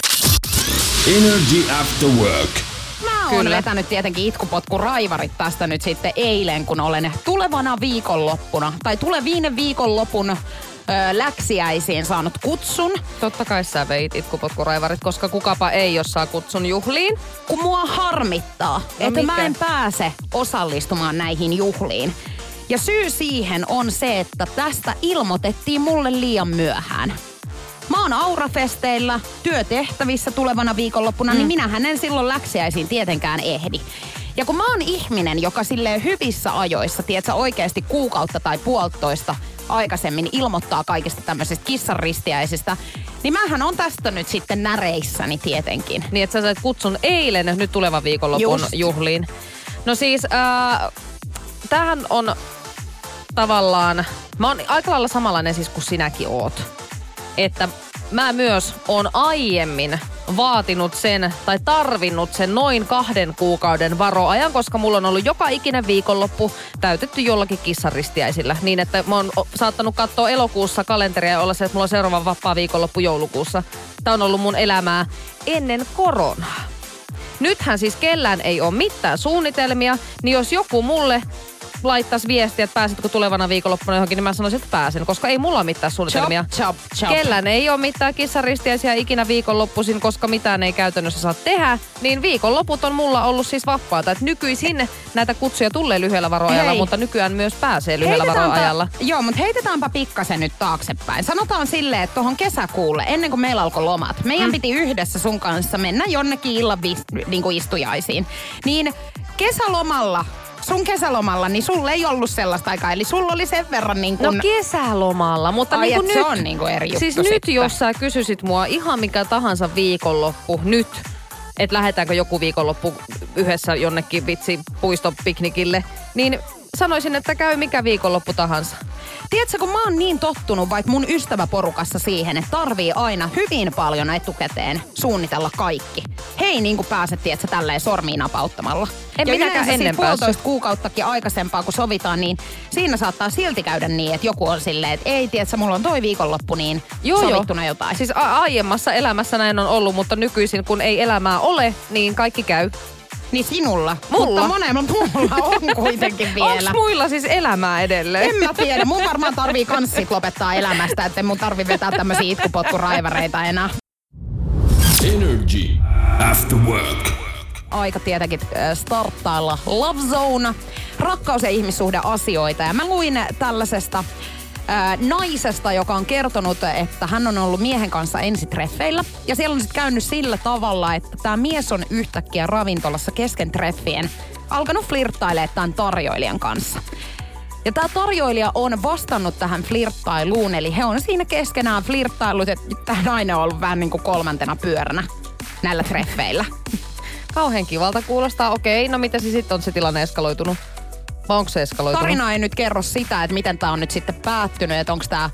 Energy After Work. Mä oon vetänyt tietenkin itkupotkuraivarit tästä nyt sitten eilen, kun olen tulevana viikonloppuna, tai tulevien viikonlopun läksiäisiin saanut kutsun. Totta kai sä veit itkupotkuraivarit, koska kukapa ei, jos saa kutsun juhliin. Kun mua harmittaa, että mä en pääse osallistumaan näihin juhliin. Ja syy siihen on se, että tästä ilmoitettiin mulle liian myöhään. Mä oon Aurafesteillä työtehtävissä tulevana viikonloppuna, niin minähän en silloin läksiäisiin tietenkään ehdi. Ja kun mä oon ihminen, joka silleen hyvissä ajoissa, tiedätkö, oikeasti kuukautta tai puolitoista aikaisemmin ilmoittaa kaikista tämmöisistä kissanristiäisistä, niin mähän on tästä nyt sitten näreissäni tietenkin. Niin, että sä sait kutsun eilen nyt tulevan viikonlopun juhliin. No siis, tämähän on tavallaan, mä oon aika lailla samanlainen siis kuin sinäkin oot. Että mä myös oon aiemmin vaatinut sen tai tarvinnut sen noin 2 kuukauden varoajan, koska mulla on ollut joka ikinen viikonloppu täytetty jollakin kissanristiäisillä. Niin, että mä oon saattanut katsoa elokuussa kalenteria ja olla se, että mulla on seuraava vapaa viikonloppu joulukuussa. Tää on ollut mun elämää ennen koronaa. Nythän siis kellään ei ole mitään suunnitelmia, niin jos joku mulle laittaisi viestiä, että pääsetkö tulevana viikonloppuna johonkin, niin mä sanoisin, että pääsen, koska ei mulla ole mitään suunnitelmia. Chop. Kellään ei ole mitään kissaristiäisiä ikinä viikonloppuisin, koska mitään ei käytännössä saa tehdä, niin viikonloput on mulla ollut siis vapaata. Että nykyisin näitä kutsuja tulee lyhyellä varoajalla, mutta nykyään myös pääsee lyhyellä varoajalla. Joo, mutta heitetäänpä pikkasen nyt taaksepäin. Sanotaan silleen, että tuohon kesäkuulle, ennen kuin meillä alkoi lomat, meidän piti yhdessä sun kanssa mennä jonnekin illan niin kuin istujaisiin. Niin sun kesälomalla, niin sulla ei ollut sellaista aikaa. Eli sulla oli sen verran niin kuin... No kesälomalla, mutta niin kuin nyt... se on niin kuin eri juttu siis sitten. Nyt, jos sä kysysit mua ihan mikä tahansa viikonloppu nyt, että lähdetäänkö joku viikonloppu yhdessä jonnekin puistopiknikille, niin sanoisin, että käy mikä viikonloppu tahansa. Tiedätkö, kun mä oon niin tottunut vaikka mun ystäväporukassa siihen, että tarvii aina hyvin paljon etukäteen suunnitella kaikki. Hei niin kuin pääset, tiedätkö, tälleen sormiin napauttamalla. En minäkään ennen päässyt. 1,5 kuukauttakin aikaisempaa, kun sovitaan, niin siinä saattaa silti käydä niin, että joku on silleen, että ei, tiedätkö, mulla on toi viikonloppu, niin sovittuna jotain. Siis aiemmassa elämässä näin on ollut, mutta nykyisin kun ei elämää ole, niin kaikki käy. Niin sinulla. Mulla. Mutta monella mulla on kuitenkin vielä. Onks muilla siis elämää edelleen? En mä tiedä. Mun varmaan tarvii kans sit lopettaa elämästä, että mun tarvii vetää tämmösiä itkupotkuraivareita enää. Energy After Work. Aika tietenkin starttailla Love Zone, rakkaus- ja ihmissuhdeasioita. Ja mä luin tällaisesta naisesta, joka on kertonut, että hän on ollut miehen kanssa ensitreffeillä. Ja siellä on sitten käynyt sillä tavalla, että tämä mies on yhtäkkiä ravintolassa kesken treffien alkanut flirttailemaan tämän tarjoilijan kanssa. Ja tämä tarjoilija on vastannut tähän flirttailuun, eli he on siinä keskenään flirttailut, että tämä nainen on ollut vähän niin kuin 3. pyöränä näillä treffeillä. Kauhean kivalta kuulostaa. Okei, no mitä se sitten on se tilanne eskaloitunut? Vai onko se eskaloitunut? Tarina ei nyt kerro sitä, että miten tää on nyt sitten päättynyt, että onko tää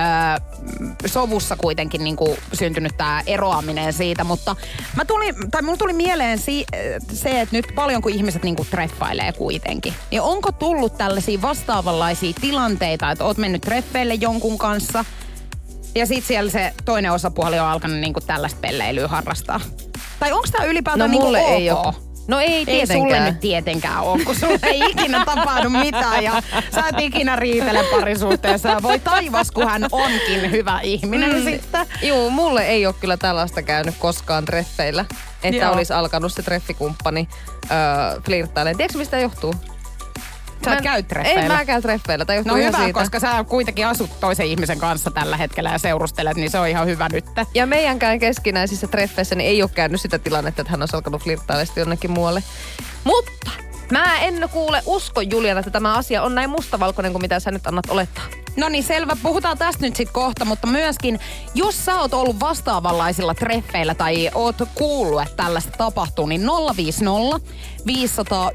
sovussa kuitenkin niinku syntynyt tää eroaminen siitä, mutta mulla tuli mieleen se, että nyt paljon kun ihmiset niinku treffailee kuitenkin, niin onko tullut tällaisia vastaavanlaisia tilanteita, että oot mennyt treffeille jonkun kanssa ja sit siellä se toinen osapuoli on alkanut niinku tällaista pelleilyä harrastaa? Tai onko tää ylipäätään niinku ok? Ei ole. No ei tietenkään. Ei sulle nyt tietenkään ole, kun sulle ei ikinä tapahdu mitään ja sä et ikinä riitele parisuhteessa. Voi taivas, kun hän onkin hyvä ihminen sitten. Juu, mulle ei ole kyllä tällaista käynyt koskaan treffeillä, että olisi alkanut se treffikumppani flirttailemaan. Tiedätkö mistä johtuu? Sä et käy treffeillä? En mä käy treffeillä. Tai no hyvä, siitä. Koska sä kuitenkin asut toisen ihmisen kanssa tällä hetkellä ja seurustelet, niin se on ihan hyvä nyt. Ja meidänkään keskinäisissä treffeissä niin ei ole käynyt sitä tilannetta, että hän olisi alkanut flirttailla jonnekin muualle. Mutta mä en usko Juliana, että tämä asia on näin mustavalkoinen kuin mitä sä nyt annat olettaa. No niin, selvä. Puhutaan tästä nyt sit kohta, mutta myöskin, jos sä oot ollut vastaavanlaisilla treffeillä tai oot kuullut, että tällaista tapahtuu, niin 050 500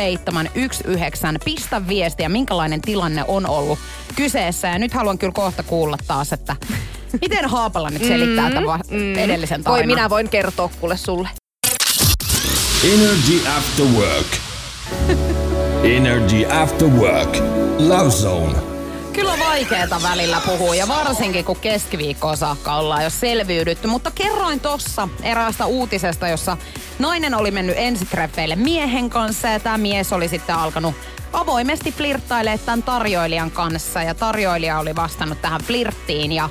1719. Pistä viestiä, minkälainen tilanne on ollut kyseessä. Ja nyt haluan kyllä kohta kuulla taas, että miten Haapala nyt selittää tämän edellisen tarinan. Minä voin kertoa sulle. Energy After Work. Energy After Work. Love Zone. Kyllä on vaikeeta välillä puhua ja varsinkin kun keskiviikkoon saakka ollaan jo selviydytty. Mutta kerroin tossa eräästä uutisesta, jossa nainen oli mennyt ensitreffeille miehen kanssa ja tämä mies oli sitten alkanut avoimesti flirttailemaan tämän tarjoilijan kanssa. Ja tarjoilija oli vastannut tähän flirttiin ja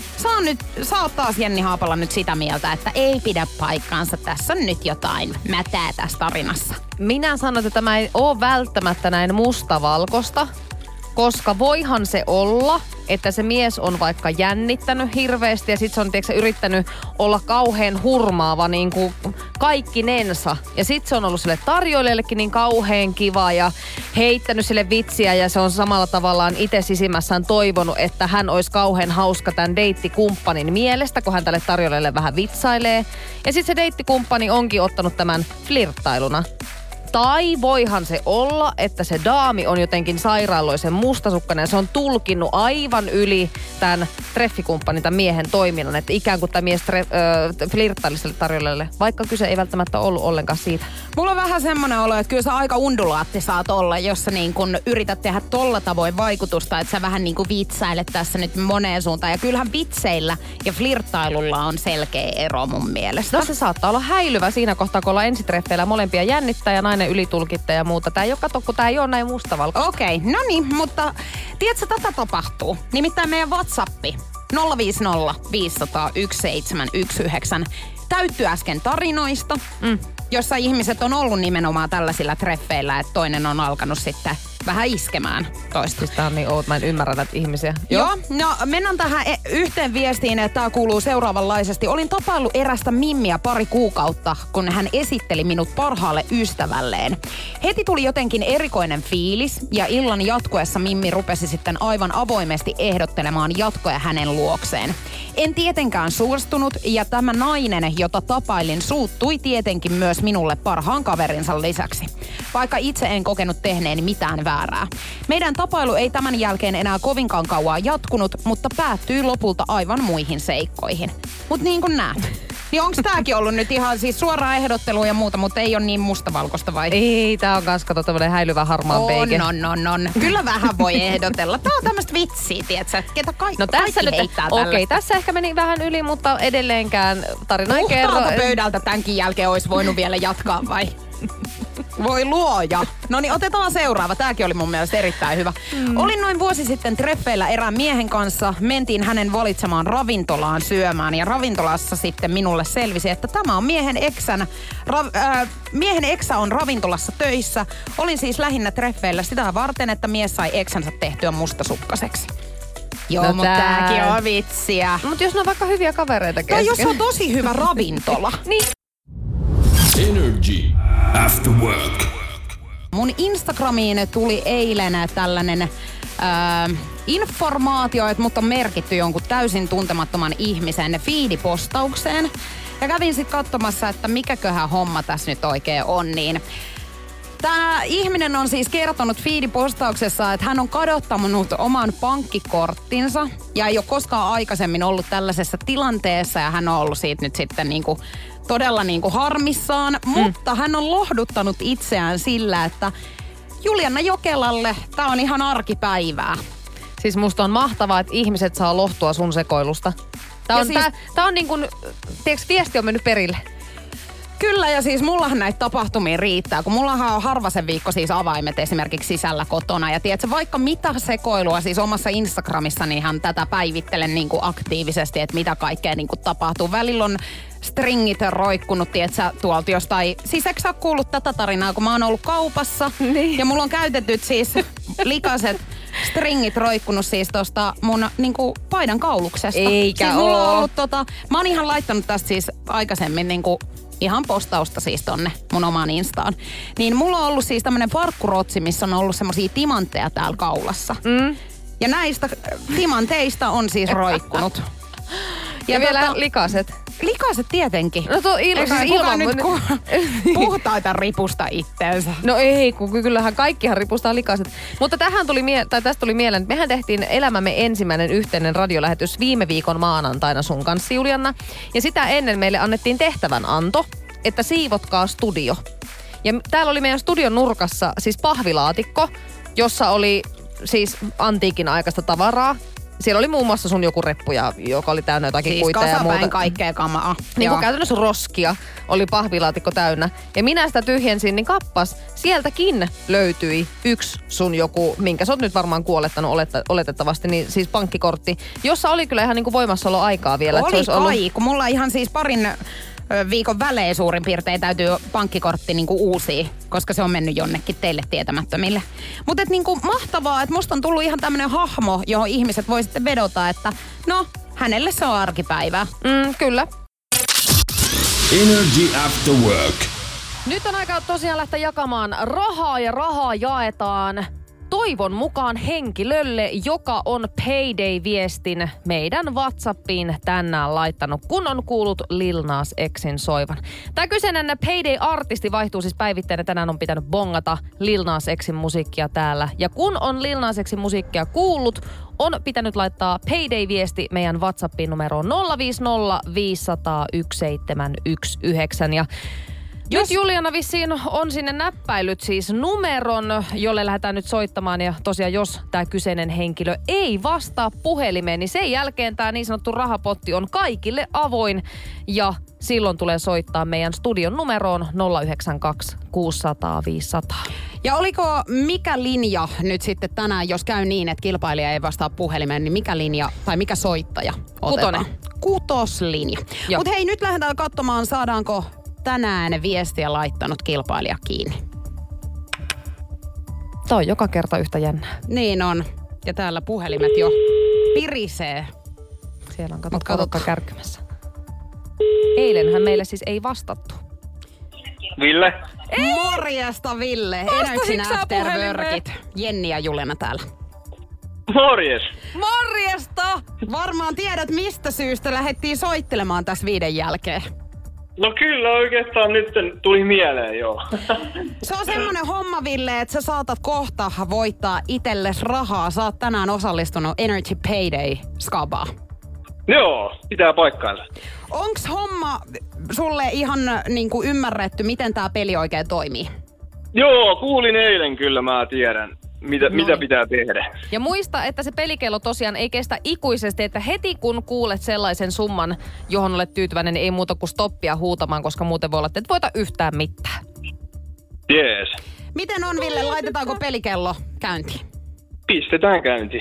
sä oot taas Jenni Haapala nyt sitä mieltä, että ei pidä paikkaansa. Tässä on nyt jotain mätää tässä tarinassa. Minä sanon, että tämä ei ole välttämättä näin mustavalkosta. Koska voihan se olla, että se mies on vaikka jännittänyt hirveästi ja sit se on yrittänyt olla kauhean hurmaava niin kuin kaikkinensa. Ja sit se on ollut sille tarjoilijallekin niin kauhean kiva ja heittänyt sille vitsiä ja se on samalla tavallaan itse sisimmässään toivonut, että hän olisi kauhean hauska tämän deittikumppanin mielestä, kun hän tälle tarjoilijalle vähän vitsailee. Ja sit se deittikumppani onkin ottanut tämän flirttailuna. Tai voihan se olla, että se daami on jotenkin sairaaloisen mustasukkainen ja se on tulkinnut aivan yli tämän treffikumppanin, tämän miehen toiminnan. Että ikään kuin tämä mies flirttaili sille tarjoilijalle, vaikka kyse ei välttämättä ollut ollenkaan siitä. Mulla on vähän semmoinen olo, että kyllä sä aika undulaatti saat olla, jos sä niin kun yrität tehdä tolla tavoin vaikutusta, että sä vähän niin kuin vitsailet tässä nyt moneen suuntaan. Ja kyllähän vitseillä ja flirttailulla on selkeä ero mun mielestä. No se saattaa olla häilyvä siinä kohtaa, kun ollaan ensitreffeillä molempia jännittää ja nainen ylitulkitta ja muuta. Tää ei ole, kato, kun tää ei ole näin mustavalkoista. Okei, no niin, mutta tiedätkö, tätä tapahtuu. Nimittäin meidän WhatsAppi 050 500 1719 täyttyi äsken tarinoista, jossa ihmiset on ollut nimenomaan tällaisilla treffeillä, että toinen on alkanut sitten vähän iskemään toista. Siis tää on niin oot, mä en ymmärrä näitä ihmisiä. Joo, no mennään tähän yhteen viestiin, että tää kuuluu seuraavanlaisesti. Olin tapaillut erästä mimmiä pari kuukautta, kun hän esitteli minut parhaalle ystävälleen. Heti tuli jotenkin erikoinen fiilis ja illan jatkuessa mimmi rupesi sitten aivan avoimesti ehdottelemaan jatkoja hänen luokseen. En tietenkään suostunut ja tämä nainen, jota tapailin, suuttui tietenkin myös minulle parhaan kaverinsa lisäksi. Vaikka itse en kokenut tehneeni mitään väärää. Meidän tapailu ei tämän jälkeen enää kovinkaan kauaa jatkunut, mutta päättyi lopulta aivan muihin seikkoihin. Mut niin kuin näet, niin onks tääkin ollut nyt ihan siis suoraa ehdottelua ja muuta, mutta ei ole niin mustavalkoista vai? Ei, tää on kans kato tämmönen häilyvä harmaan peike. On. Kyllä vähän voi ehdotella. Tää on tämmöstä vitsiä, tietsä, ketä kaikki heittää tällä. Okei, tässä ehkä meni vähän yli, mutta edelleenkään tarina ei kerro. Puhtaalta pöydältä tämänkin jälkeen olisi voinut vielä jatkaa vai? Voi luoja. No niin, otetaan seuraava. Tääkin oli mun mielestä erittäin hyvä. Olin noin vuosi sitten treffeillä erään miehen kanssa. Mentiin hänen valitsemaan ravintolaan syömään. Ja ravintolassa sitten minulle selvisi, että tämä on miehen eksä on ravintolassa töissä. Olin siis lähinnä treffeillä sitä varten, että mies sai eksänsä tehtyä mustasukkaseksi. Joo, mutta tääkin on vitsiä. Mutta jos ne on vaikka hyviä kavereita kesken. Tai jos on tosi hyvä ravintola. Niin. Energy After Work. Mun Instagramiin tuli eilen tällainen informaatio, että mut on merkitty jonkun täysin tuntemattoman ihmisen feedipostaukseen. Ja kävin sitten katsomassa, että mikäköhän homma tässä nyt oikein on, niin tämä ihminen on siis kertonut feedipostauksessa, että hän on kadottanut oman pankkikorttinsa ja ei ole koskaan aikaisemmin ollut tällaisessa tilanteessa ja hän on ollut siitä nyt sitten niinku todella niinku harmissaan, mutta hän on lohduttanut itseään sillä, että Juliana Jokelalle tää on ihan arkipäivää. Siis musta on mahtavaa, että ihmiset saa lohtua sun sekoilusta. Tää on niin kuin, tiedätkö, viesti on mennyt perille. Kyllä, ja siis mullahan näitä tapahtumia riittää, kun mullahan on harvasen viikko siis avaimet esimerkiksi sisällä kotona. Ja tiedätkö, vaikka mitä sekoilua, siis omassa Instagramissani ihan tätä päivittelen niin kuin aktiivisesti, että mitä kaikkea niin kuin tapahtuu. Välillä on stringit roikkunut, tiedätkö, tuolta jostain. Siis eikö sä ole kuullut tätä tarinaa, kun mä oon ollut kaupassa niin. Ja mulla on käytetyt siis likaset stringit roikkunut siis tosta mun niinku paidan kauluksesta. Eikä siis mulla on ollut mä oon ihan laittanut tästä siis aikaisemmin niinku ihan postausta siis tonne mun omaan instaan. Niin mulla on ollut siis tämmönen farkkurotsi, missä on ollut semmosia timantteja täällä kaulassa. Ja näistä timanteista on siis roikkunut. Ja vielä likaset. Likaset tietenkin. No tuo ilman nyt puhtaita ripusta itteensä. No ei, kun kyllähän kaikkihan ripustaa likaset. Mutta tästä tuli mieleen, että mehän tehtiin elämämme ensimmäinen yhteinen radiolähetys viime viikon maanantaina sun kanssa, Juliana. Ja sitä ennen meille annettiin tehtävänanto, että siivotkaa studio. Ja täällä oli meidän studion nurkassa siis pahvilaatikko, jossa oli siis antiikin aikaista tavaraa. Siellä oli muun muassa sun joku reppu, joka oli täynnä jotakin siis kuiteja ja muuta. Siis kaikkea kamaa. Niin kuin käytännössä roskia oli pahvilaatikko täynnä. Ja minä sitä tyhjensin, niin kappas, sieltäkin löytyi yksi sun joku, minkä sä oot nyt varmaan kuolettanut oletettavasti, niin siis pankkikortti, jossa oli kyllä ihan niin kuin voimassaoloaikaa vielä. Oli että se olisi ollut kun mulla ihan siis parin viikon välein suurin piirtein täytyy pankkikortti niinku uusia, koska se on mennyt jonnekin teille tietämättömille. Mutta niinku mahtavaa, että musta on tullut ihan tämmönen hahmo, johon ihmiset voi sitten vedota, että no, hänelle se on arkipäivää. Kyllä. Energy After Work. Nyt on aika tosiaan lähteä jakamaan rahaa ja rahaa jaetaan toivon mukaan henkilölle, joka on Payday-viestin meidän WhatsAppiin tänään laittanut, kun on kuullut Lil Nas Xin soivan. Tämä kyseinen Payday-artisti vaihtuu siis päivittäin ja tänään on pitänyt bongata Lil Nas Xin musiikkia täällä. Ja kun on Lil Nas Xin musiikkia kuullut, on pitänyt laittaa Payday-viesti meidän WhatsAppin numeroon 050 500 1719. Ja nyt Juliana vissiin on sinne näppäilyt siis numeron, jolle lähdetään nyt soittamaan. Ja tosiaan jos tämä kyseinen henkilö ei vastaa puhelimeen, niin sen jälkeen tämä niin sanottu rahapotti on kaikille avoin. Ja silloin tulee soittaa meidän studion numeroon 092 600 500. Ja oliko mikä linja nyt sitten tänään, jos käy niin, että kilpailija ei vastaa puhelimeen, niin mikä linja tai mikä soittaja otetaan? Kutoslinja. Mutta hei, nyt lähdetään katsomaan, saadaanko tänään viestiä laittanut kilpailija kiinni. Toi on joka kerta yhtä jännää. Niin on. Ja täällä puhelimet jo pirisee. Siellä on katsotaan kärkkymässä. Eilenhän meille siis ei vastattu. Ville. Ei. Morjesta Ville. Energy After Workit. Jenni ja Juliana täällä. Morjes. Morjesta! Varmaan tiedät, mistä syystä lähdettiin soittelemaan tässä 5 jälkeen. No kyllä oikeastaan nyt tuli mieleen, joo. Se on semmonen homma, Ville, että sä saatat kohta voittaa itelles rahaa. Sä oot tänään osallistunut Energy Payday-skabaan. Joo, pitää paikkaansa. Onks homma sulle ihan niinku ymmärretty, miten tää peli oikein toimii? Joo, kuulin eilen kyllä, mä tiedän. Mitä pitää tehdä. Ja muista, että se pelikello tosiaan ei kestä ikuisesti, että heti kun kuulet sellaisen summan, johon olet tyytyväinen, niin ei muuta kuin stoppia huutamaan, koska muuten voi olla, että et voita yhtään mitään. Jees. Miten on, Ville? Laitetaanko pelikello käyntiin? Pistetään käyntiin.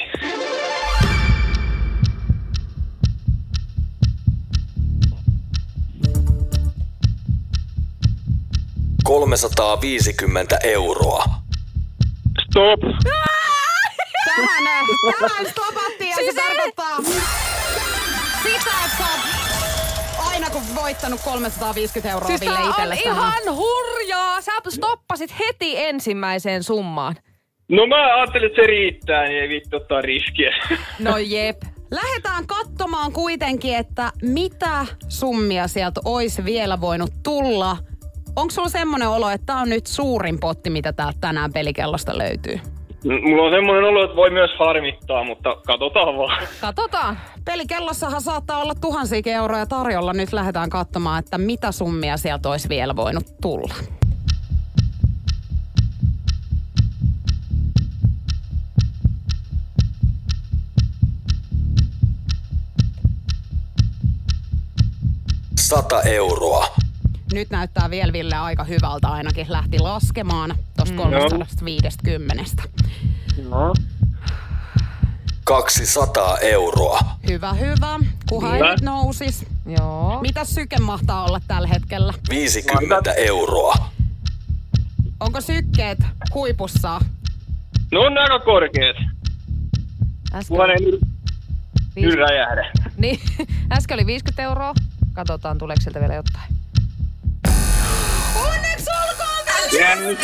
€350. Stop. Tähän stopattiin ja siis se tarkoittaa sitä, että sä oot aina kun voittanut 350 €, siis Ville itsellesi. Siis on ihan hurjaa. Sä stoppasit heti ensimmäiseen summaan. No mä ajattelin, että se riittää, niin ei vittu ottaa riskiä. No jep. Lähdetään katsomaan kuitenkin, että mitä summia sieltä olisi vielä voinut tulla. Onko sulla semmoinen olo, että tää on nyt suurin potti, mitä täältä tänään pelikellosta löytyy? Mulla on semmoinen olo, että voi myös harmittaa, mutta katsotaan vaan. Katsotaan. Pelikellossahan saattaa olla tuhansia euroja tarjolla. Nyt lähdetään katsomaan, että mitä summia sieltä olisi vielä voinut tulla. €100. Nyt näyttää vielä Ville aika hyvältä, ainakin lähti laskemaan tuosta 350. No. €200. Hyvä. Kuhan Hyvä. nyt nousis. Joo. Mitä syke mahtaa olla tällä hetkellä? €50. Onko sykkeet huipussaan? No on aika korkeet. Kunhan ei nyt räjähdä. Niin, äsken oli 50 euroa. Katsotaan, tuleeko sieltä vielä jotain. Onneksi olkoon! Jännikä!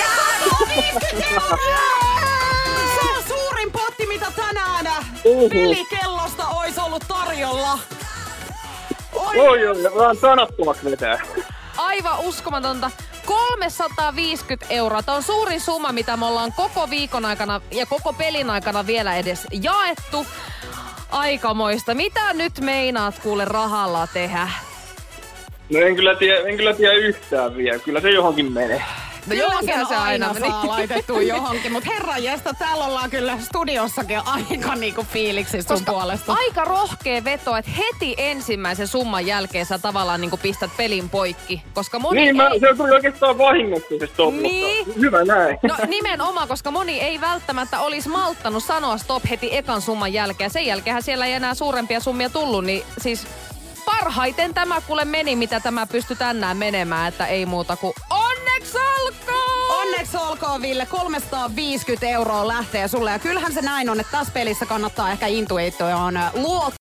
Se on suurin potti, mitä tänään pelikellosta olisi ollut tarjolla. Oi, vaan sanattomaksi vetää. Aivan uskomatonta. 350 euroa. Tämä on suurin summa, mitä me ollaan koko viikon aikana ja koko pelin aikana vielä edes jaettu. Aikamoista. Mitä nyt meinaat kuule rahalla tehdä? No en kyllä tiedä yhtään vielä. Kyllä se johonkin menee. No johonkin se aina saa laitettua johonkin, mutta herranjestas, täällä ollaan kyllä studiossakin aika niinku fiiliksissä sun puolesta. Aika rohkea veto, että heti ensimmäisen summan jälkeen sä tavallaan niinku pistät pelin poikki. Koska moni Niin, se tuli oikeastaan vahingossa stop, niin. Mutta hyvä näin. No nimenomaan, koska moni ei välttämättä olisi malttanut sanoa stop heti ekan summan jälkeen. Sen jälkeenhän siellä ei enää suurempia summia tullut, niin siis parhaiten tämä kuule meni, mitä tämä pystyi tänään menemään, että ei muuta kuin onneksi olkoon! Onneksi olkoon, Ville. 350 euroa lähtee sulle. Ja kyllähän se näin on, että tässä pelissä kannattaa ehkä intuitioon luottaa.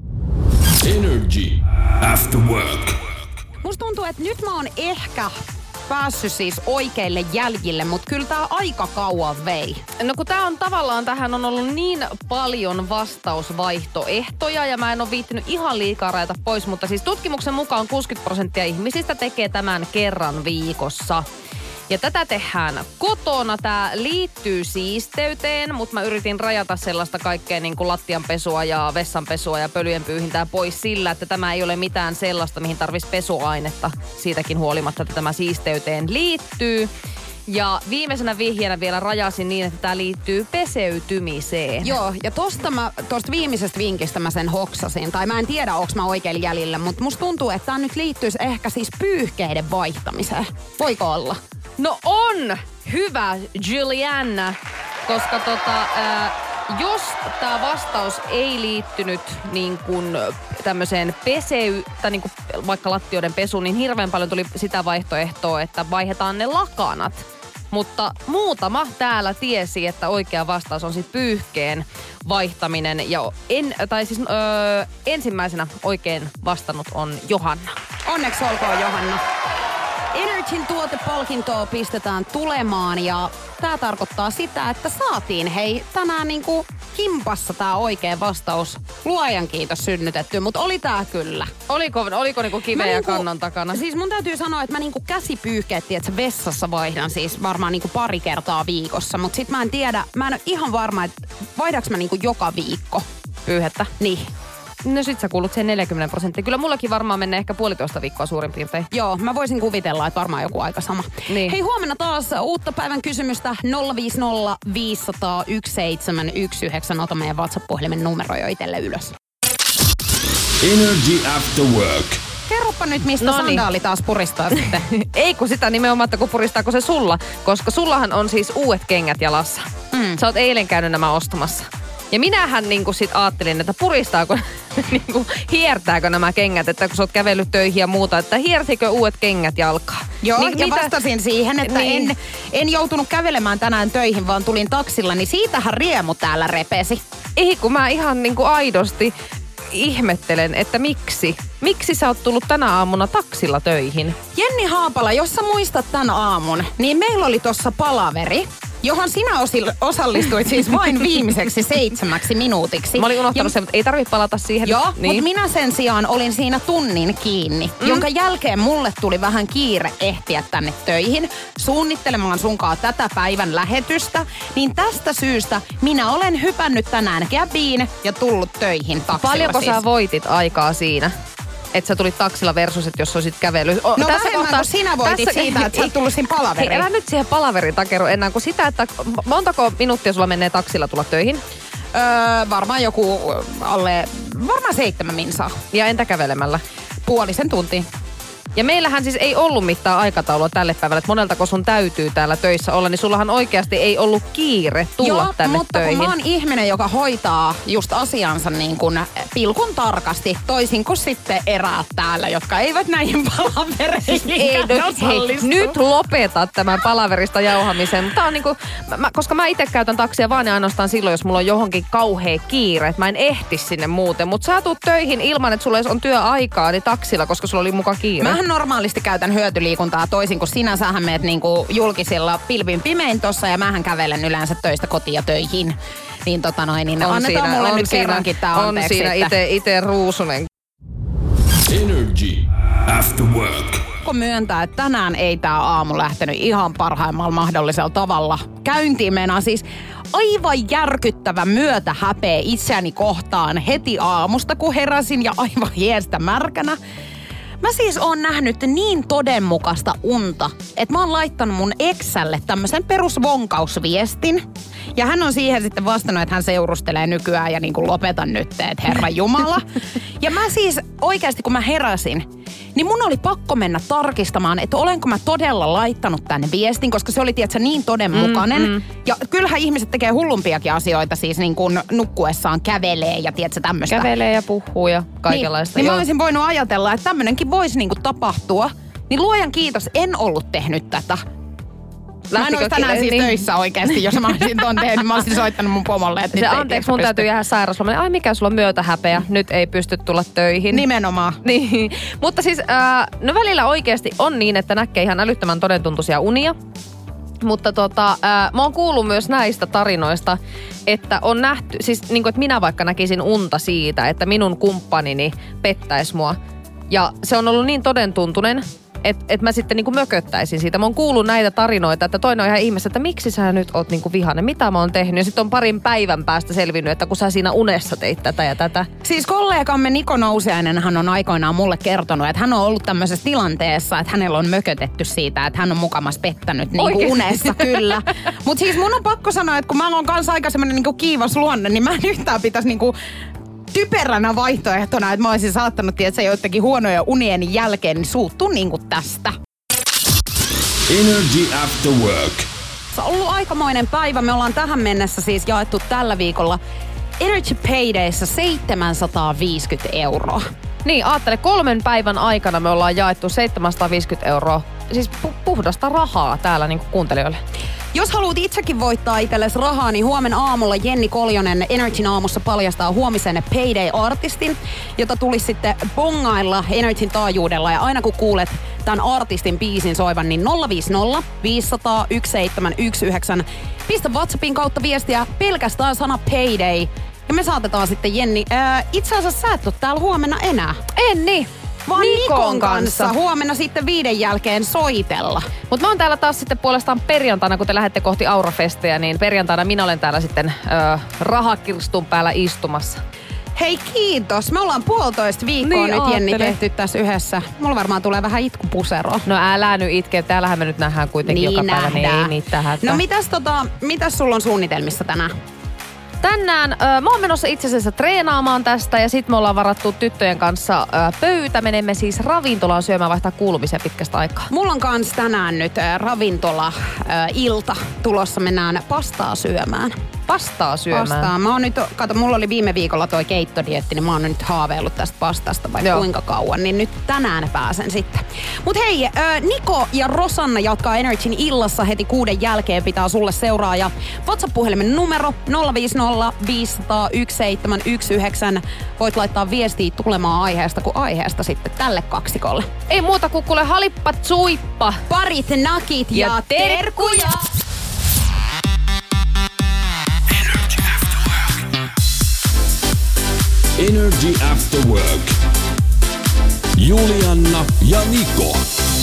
Energy After Work. Musta tuntuu, että nyt mä oon ehkä päässyt siis oikeille jäljille, mutta kyllä tää aika kauan vei. No kun tää on tavallaan, tähän on ollut niin paljon vastausvaihtoehtoja ja mä en ole viittinyt ihan liikaa rajata pois, mutta siis tutkimuksen mukaan 60% ihmisistä tekee tämän kerran viikossa. Ja tätä tehdään kotona. Tää liittyy siisteyteen, mutta mä yritin rajata sellaista kaikkea niin kuin lattianpesua ja vessanpesua ja pölyjen pyyhintää pois sillä, että tämä ei ole mitään sellaista, mihin tarvitsisi pesuainetta. Siitäkin huolimatta, että tämä siisteyteen liittyy. Ja viimeisenä vihjeenä vielä rajasin niin, että tämä liittyy peseytymiseen. Joo, ja tosta viimeisestä vinkistä mä sen hoksasin. Tai mä en tiedä, onko mä oikein jäljellä, mutta musta tuntuu, että tää nyt liittyisi ehkä siis pyyhkeiden vaihtamiseen. Voiko olla? No on! Hyvä, Juliana. Koska jos tämä vastaus ei liittynyt niin kuin tämmöiseen tai niin kuin vaikka lattioiden pesuun, niin hirveän paljon tuli sitä vaihtoehtoa, että vaihdetaan ne lakanat. Mutta muutama täällä tiesi, että oikea vastaus on siis pyyhkeen vaihtaminen. Ja ensimmäisenä oikein vastannut on Johanna. Onneksi olkoon, Johanna. Energyn tuotepalkintoa pistetään tulemaan ja tää tarkoittaa sitä, että saatiin tänään niinku kimpassa tää oikea vastaus. Luojan kiitos synnytetty, mutta oli tää kyllä. Oliko niinku kiveä ja kannon takana? Siis mun täytyy sanoa, että mä niinku käsipyyhkeettiin, että vessassa vaihdan siis varmaan niinku pari kertaa viikossa. Mutta sit mä en tiedä, mä en ole ihan varma, että vaihdaks mä niinku joka viikko pyyhettä. Niin. No sit sä kuulut sen 40%. Kyllä mullakin varmaan menee ehkä 1,5 viikkoa suurin piirtein. Joo, mä voisin kuvitella, että varmaan joku aika sama. Niin. Hei, huomenna taas uutta päivän kysymystä 050 500 1719. Ota meidän WhatsApp-puhelimen numero jo itselle ylös. Energy After Work. Kerropa nyt, mistä sandaali taas puristaa sitten. Ei kun sitä nimenomaan, kun puristaako se sulla. Koska sullahan on siis uudet kengät jalassa. Sä oot eilen käynyt nämä ostamassa. Ja minähän niinku sit ajattelin, että puristaako, niinku, hiertääkö nämä kengät, että kun sä oot kävellyt töihin ja muuta, että hiersikö uudet kengät jalkaan. Joo, ja vastasin siihen, että en joutunut kävelemään tänään töihin, vaan tulin taksilla, niin siitähän riemu täällä repesi. Ei, kun mä ihan niinku aidosti ihmettelen, että miksi? Miksi sä oot tullut tänä aamuna taksilla töihin? Jenni Haapala, jos sä muistat tän aamun, niin meillä oli tossa palaveri. johon sinä osallistuit siis vain viimeiseksi 7 minuutiksi. Mä olin unohtanut sen, mutta ei tarvitse palata siihen. Joo, niin. mutta minä sen sijaan olin siinä tunnin kiinni, jonka jälkeen mulle tuli vähän kiire ehtiä tänne töihin suunnittelemaan sunkaan tätä päivän lähetystä. Niin tästä syystä minä olen hypännyt tänään käbiin ja tullut töihin taksilla. Paljonko siis. sä voitit aikaa siinä? Että sä tulit taksilla versus, että jos olisit kävellyt. No tässä vähemmän kuin sinä voitit siitä, että sä oot tullut siinä palaveriin. Hei, älä nyt siihen palaverin takeru enää kuin sitä, että montako minuuttia sulla menee taksilla tulla töihin? Varmaan joku varmaan 7 minsaa. Ja entä kävelemällä? Puolisen tuntia. Ja meillähän siis ei ollut mitään aikataulua tälle päivälle, että moneltako sun täytyy täällä töissä olla, niin sullahan oikeasti ei ollut kiire tulla tänne mutta töihin. Kun mä oon ihminen, joka hoitaa just asiansa niin kuin pilkun tarkasti, toisin kuin sitten eräät täällä, jotka eivät näihin palavereihin osallistu. Nyt lopeta tämän palaverista jauhamisen. Tää on niinku, koska mä itse käytän taksia vaan ja ainoastaan silloin, jos mulla on johonkin kauhea kiire, että mä en ehti sinne muuten. Mutta sä tuut töihin ilman, että sulla on työaikaa, niin taksilla, koska sulla oli muka kiire. Mähän normaalisti käytän hyötyliikuntaa toisin kuin sinä. Sähän meet niinku julkisilla pilvin pimein tossa ja mähän kävelen yleensä töistä kotiin ja töihin. Niin niin annetaan mulle nyt kerrankin tää anteeksi. On siinä ite ruusunen. Energy After Work. Kun myöntää, että tänään ei tää aamu lähtenyt ihan parhaimmalla mahdollisella tavalla käyntiin. Meinaa siis aivan järkyttävä myötähäpeä itseäni kohtaan heti aamusta, kun heräsin ja aivan hiestä märkänä. Mä siis oon nähnyt niin todenmukaista unta, että mä oon laittanut mun exälle tämmöisen perusvonkausviestin. Ja hän on siihen sitten vastannut, että hän seurustelee nykyään ja niin kuin lopetan nyt, että Herra Jumala. Ja mä siis oikeasti, kun mä heräsin, niin mun oli pakko mennä tarkistamaan, että olenko mä todella laittanut tänne viestin, koska se oli, tiedätkö, niin todenmukainen. Ja kyllähän ihmiset tekee hullumpiakin asioita, siis niin kuin nukkuessaan kävelee ja tiedätkö, tämmöistä. Kävelee ja puhuu ja kaikenlaista. Niin mä olisin voinut ajatella, että tämmönenkin voisi niin kuin tapahtua. Niin luojan kiitos, en ollut tehnyt tätä. Mä en olisi tänään siis töissä oikeasti, jos mä olisin ton tehnyt. Mä olisin soittanut mun pomolle, että nyt anteeksi, mun täytyy jäädä sairauslomalle. Ai mikä sulla on myötähäpeä, nyt ei pysty tulla töihin. Nimenomaan. Niin. Mutta siis, no välillä oikeasti on niin, että näkee ihan älyttömän todentuntuisia unia. Mutta mä oon kuullut myös näistä tarinoista, että on nähty, siis niin kuin, että minä vaikka näkisin unta siitä, että minun kumppanini pettäisi mua. Ja se on ollut niin todentuntunen, että mä sitten niinku mököttäisin siitä. Mä oon kuullut näitä tarinoita, että toinen on ihan ihmeessä, että miksi sä nyt oot niinku vihainen, mitä mä oon tehnyt. Ja sitten on parin päivän päästä selvinnyt, että kun sä siinä unessa teit tätä ja tätä. Siis kollegamme Niko Nousiainen, hän on aikoinaan mulle kertonut, että hän on ollut tämmöisessä tilanteessa, että hänellä on mökötetty siitä, että hän on mukamas pettänyt niinku unessa, kyllä. Mutta siis mun on pakko sanoa, että kun mä oon kanssa aika semmoinen niinku kiivas luonne, niin mä en yhtään pitäisi niinku typeränä vaihtoehtona, että mä olisin saattanut, tiedätkö, joitakin huonoja unien jälkeen, niin suuttuu niinku tästä. Energy After Work. Se on ollut aikamoinen päivä. Me ollaan tähän mennessä siis jaettu tällä viikolla Energy Paydayssa 750 €. Niin, ajattele, 3 päivän aikana me ollaan jaettu 750 €. Siis puhdasta rahaa täällä niinku kuuntelijoille. Jos haluat itsekin voittaa itsellesi rahaa, niin huomenna aamulla Jenni Koljonen Energyn aamussa paljastaa huomisen Payday-artistin, jota tulisi sitten bongailla Energyn taajuudella. Ja aina kun kuulet tämän artistin biisin soivan, niin 050 500 1719. Pistä WhatsAppin kautta viestiä pelkästään sana Payday. Ja me saatetaan sitten Jenni, itse asiassa sä et ole täällä huomenna enää. En niin. Vaan Nikon kanssa huomenna sitten 5 jälkeen soitella. Mutta mä oon täällä taas sitten puolestaan perjantaina, kun te lähdette kohti Aurafesteja, niin perjantaina minä olen täällä sitten rahakirstun päällä istumassa. Hei kiitos. Me ollaan 1,5 viikkoa nyt Jenni tehty tässä yhdessä. Mulla varmaan tulee vähän itkupusero. No älä nyt itke. Täällähän me nyt nähdään kuitenkin niin joka päivä. Niin ei niitä hätää. No mitäs sulla on suunnitelmissa tänään? Tänään mä oon menossa itse asiassa treenaamaan tästä ja sit me ollaan varattu tyttöjen kanssa pöytä. Menemme siis ravintolaan syömään, vaihtaa kuulumisia pitkästä aikaa. Mulla on kans tänään nyt ravintola-ilta tulossa. Mennään pastaa syömään. Pastaa syömään? Pastaa. Mä oon nyt, kato, mulla oli viime viikolla toi keittodietti, niin mä oon nyt haaveillut tästä pastasta vaikka kuinka kauan. Niin nyt tänään pääsen sitten. Mut hei, Niko ja Rosanna jatkaa Energyn illassa heti 6 jälkeen. Pitää sulle seuraaja. WhatsApp-puhelimen numero 050 500 1719. Voit laittaa viestiä tulemaan aiheesta kuin aiheesta sitten tälle kaksikolle. Ei muuta kuin kuule halippat suippa. Parit nakit ja terkkuja! Energy After Work. Julianna ja Niko.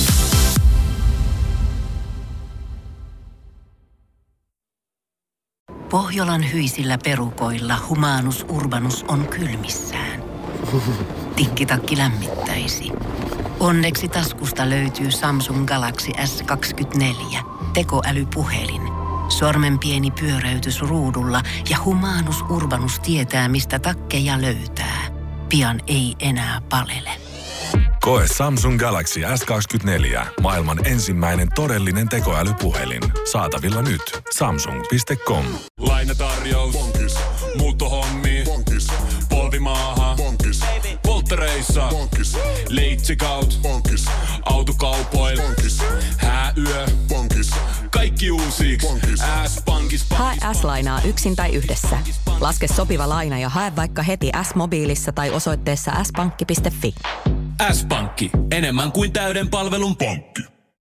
Pohjolan hyisillä perukoilla Humanus Urbanus on kylmissään. Tikkitakki lämmittäisi. Onneksi taskusta löytyy Samsung Galaxy S24, tekoälypuhelin. Sormen pieni pyöräytys ruudulla ja Humanus Urbanus tietää, mistä takkeja löytää. Pian ei enää palele. Koe Samsung Galaxy S24. Maailman ensimmäinen todellinen tekoälypuhelin. Saatavilla nyt. Samsung.com. Lainatarjous. Bonkis. Muuttohommi. Bonkis. Polvimaaha. Bonkis. Polttereissa. Bonkis. Leitsikaut. Bonkis. Autokaupoil. Bonkis. Hääyö. Bonkis. Kaikki uusiiksi. S-pankis. Hae S-lainaa yksin tai yhdessä. Laske sopiva laina ja hae vaikka heti S-mobiilissa tai osoitteessa s-pankki.fi. S-pankki. Enemmän kuin täyden palvelun pankki.